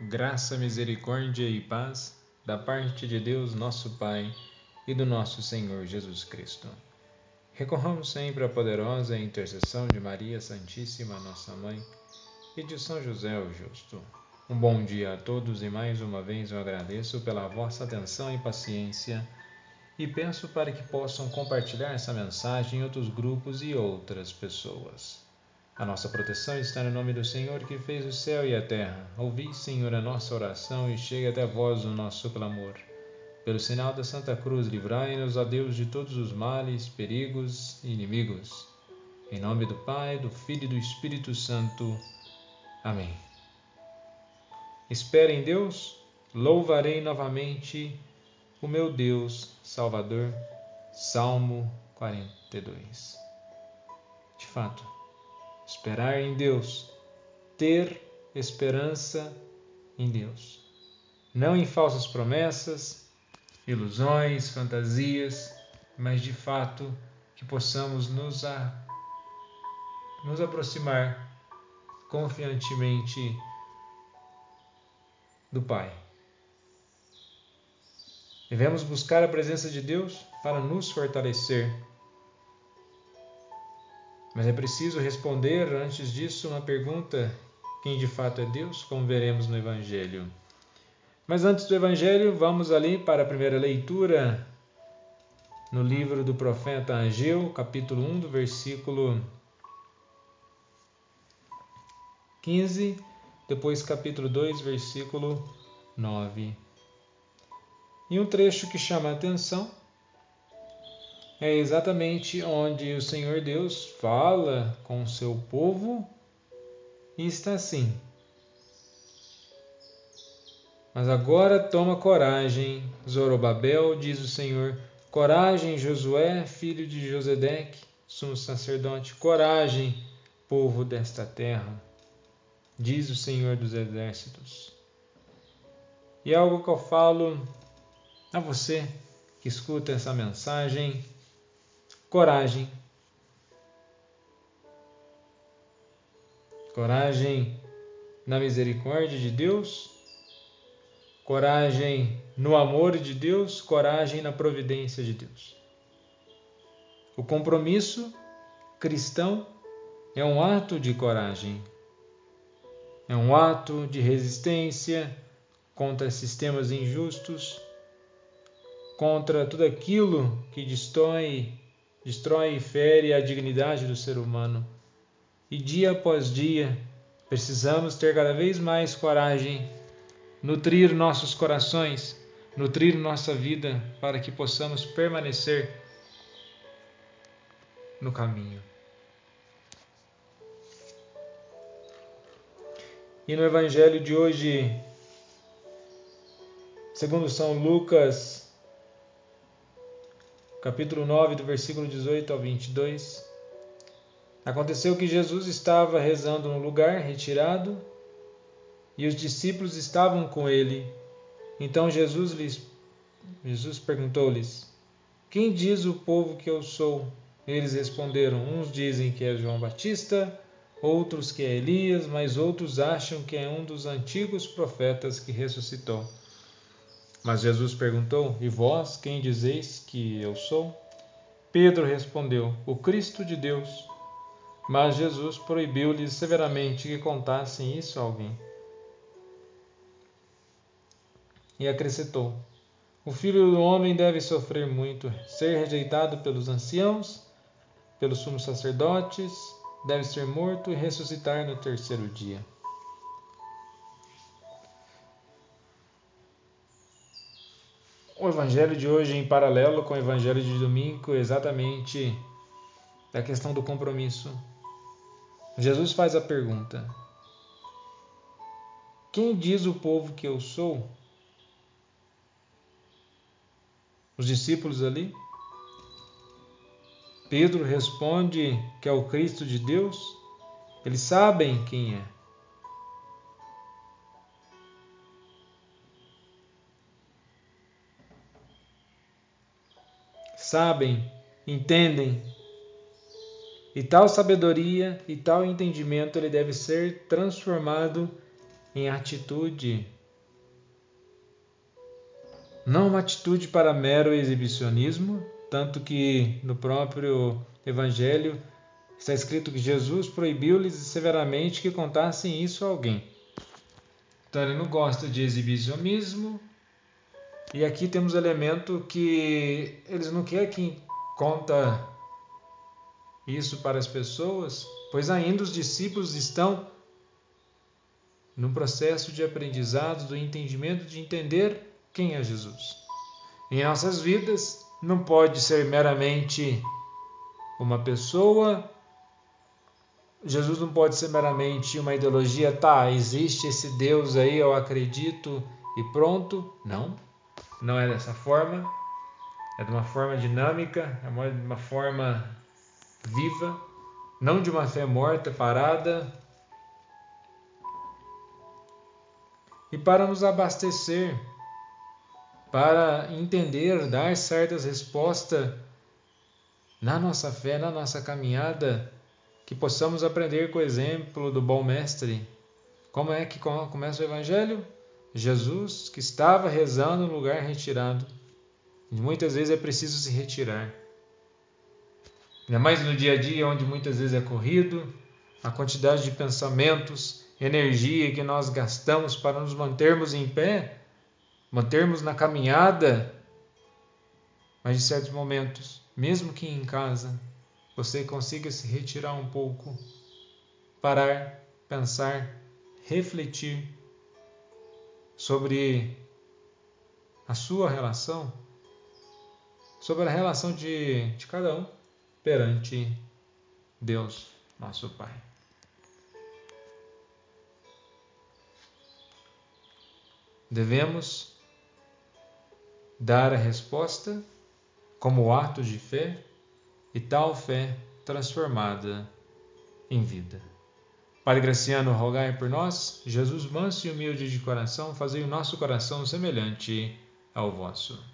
graça, misericórdia e paz da parte de Deus, nosso Pai, e do nosso Senhor Jesus Cristo. Recorramos sempre à poderosa intercessão de Maria Santíssima, nossa Mãe, e de São José o Justo. Um bom dia a todos e mais uma vez eu agradeço pela vossa atenção e paciência e peço para que possam compartilhar essa mensagem em outros grupos e outras pessoas. A nossa proteção está no nome do Senhor que fez o céu e a terra. Ouvi, Senhor, a nossa oração e chegue até vós o nosso clamor. Pelo sinal da Santa Cruz, livrai-nos, ó Deus, de todos os males, perigos e inimigos. Em nome do Pai, do Filho e do Espírito Santo. Amém. Espero em Deus, louvarei novamente o meu Deus Salvador. Salmo 42. De fato, esperar em Deus, ter esperança em Deus. Não em falsas promessas, ilusões, fantasias, mas de fato que possamos nos aproximar confiantemente do Pai. Devemos buscar a presença de Deus para nos fortalecer. Mas é preciso responder, antes disso, uma pergunta: quem de fato é Deus? Como veremos no Evangelho. Mas antes do Evangelho, vamos ali para a primeira leitura, no livro do profeta Ageu, capítulo 1, do versículo 15, depois capítulo 2, versículo 9. E um trecho que chama a atenção é exatamente onde o Senhor Deus fala com o seu povo e está assim: mas agora toma coragem, Zorobabel, diz o Senhor, coragem, Josué, filho de Josedeque, sumo sacerdote, coragem, povo desta terra, diz o Senhor dos exércitos. E é algo que eu falo a você que escuta essa mensagem: coragem. Coragem na misericórdia de Deus, coragem no amor de Deus, coragem na providência de Deus. O compromisso cristão é um ato de coragem, é um ato de resistência contra sistemas injustos, contra tudo aquilo que destrói e fere a dignidade do ser humano. E dia após dia, precisamos ter cada vez mais coragem, nutrir nossos corações, nutrir nossa vida, para que possamos permanecer no caminho. E no Evangelho de hoje, segundo São Lucas, capítulo 9, do versículo 18 ao 22, aconteceu que Jesus estava rezando num lugar retirado e os discípulos estavam com ele. Então Jesus perguntou-lhes: quem diz o povo que eu sou? Eles responderam: uns dizem que é João Batista, outros que é Elias, mas outros acham que é um dos antigos profetas que ressuscitou. Mas Jesus perguntou: e vós, quem dizeis que eu sou? Pedro respondeu: o Cristo de Deus. Mas Jesus proibiu-lhes severamente que contassem isso a alguém. E acrescentou: o Filho do Homem deve sofrer muito, ser rejeitado pelos anciãos, pelos sumos sacerdotes, deve ser morto e ressuscitar no terceiro dia. O Evangelho de hoje, em paralelo com o Evangelho de domingo, exatamente a questão do compromisso. Jesus faz a pergunta: quem diz o povo que eu sou? Os discípulos ali. Pedro responde que é o Cristo de Deus. Eles sabem quem é. Sabem, entendem. E tal sabedoria e tal entendimento ele deve ser transformado em atitude. Não uma atitude para mero exibicionismo, tanto que no próprio Evangelho está escrito que Jesus proibiu-lhes severamente que contassem isso a alguém. Então ele não gosta de exibicionismo, e aqui temos elemento que eles não querem que conta isso para as pessoas, pois ainda os discípulos estão no processo de aprendizado, do entendimento, de entender quem é Jesus. Em nossas vidas, não pode ser meramente uma pessoa, Jesus não pode ser meramente uma ideologia, existe esse Deus aí, eu acredito e pronto. Não é dessa forma, é de uma forma dinâmica, é de uma forma viva, não de uma fé morta, parada. E para nos abastecer, para entender, dar certas respostas na nossa fé, na nossa caminhada, que possamos aprender com o exemplo do bom mestre. Como é que começa o Evangelho? Jesus, que estava rezando no lugar retirado. E muitas vezes é preciso se retirar. Ainda mais no dia a dia, onde muitas vezes é corrido, a quantidade de pensamentos, energia que nós gastamos para nos mantermos em pé, mantermos na caminhada, mas em certos momentos, mesmo que em casa, você consiga se retirar um pouco, parar, pensar, refletir sobre a sua relação, sobre a relação de cada um perante Deus, nosso Pai. Devemos dar a resposta como ato de fé, e tal fé transformada em vida. Padre Graciano, rogai por nós. Jesus, manso e humilde de coração, fazei o nosso coração semelhante ao vosso.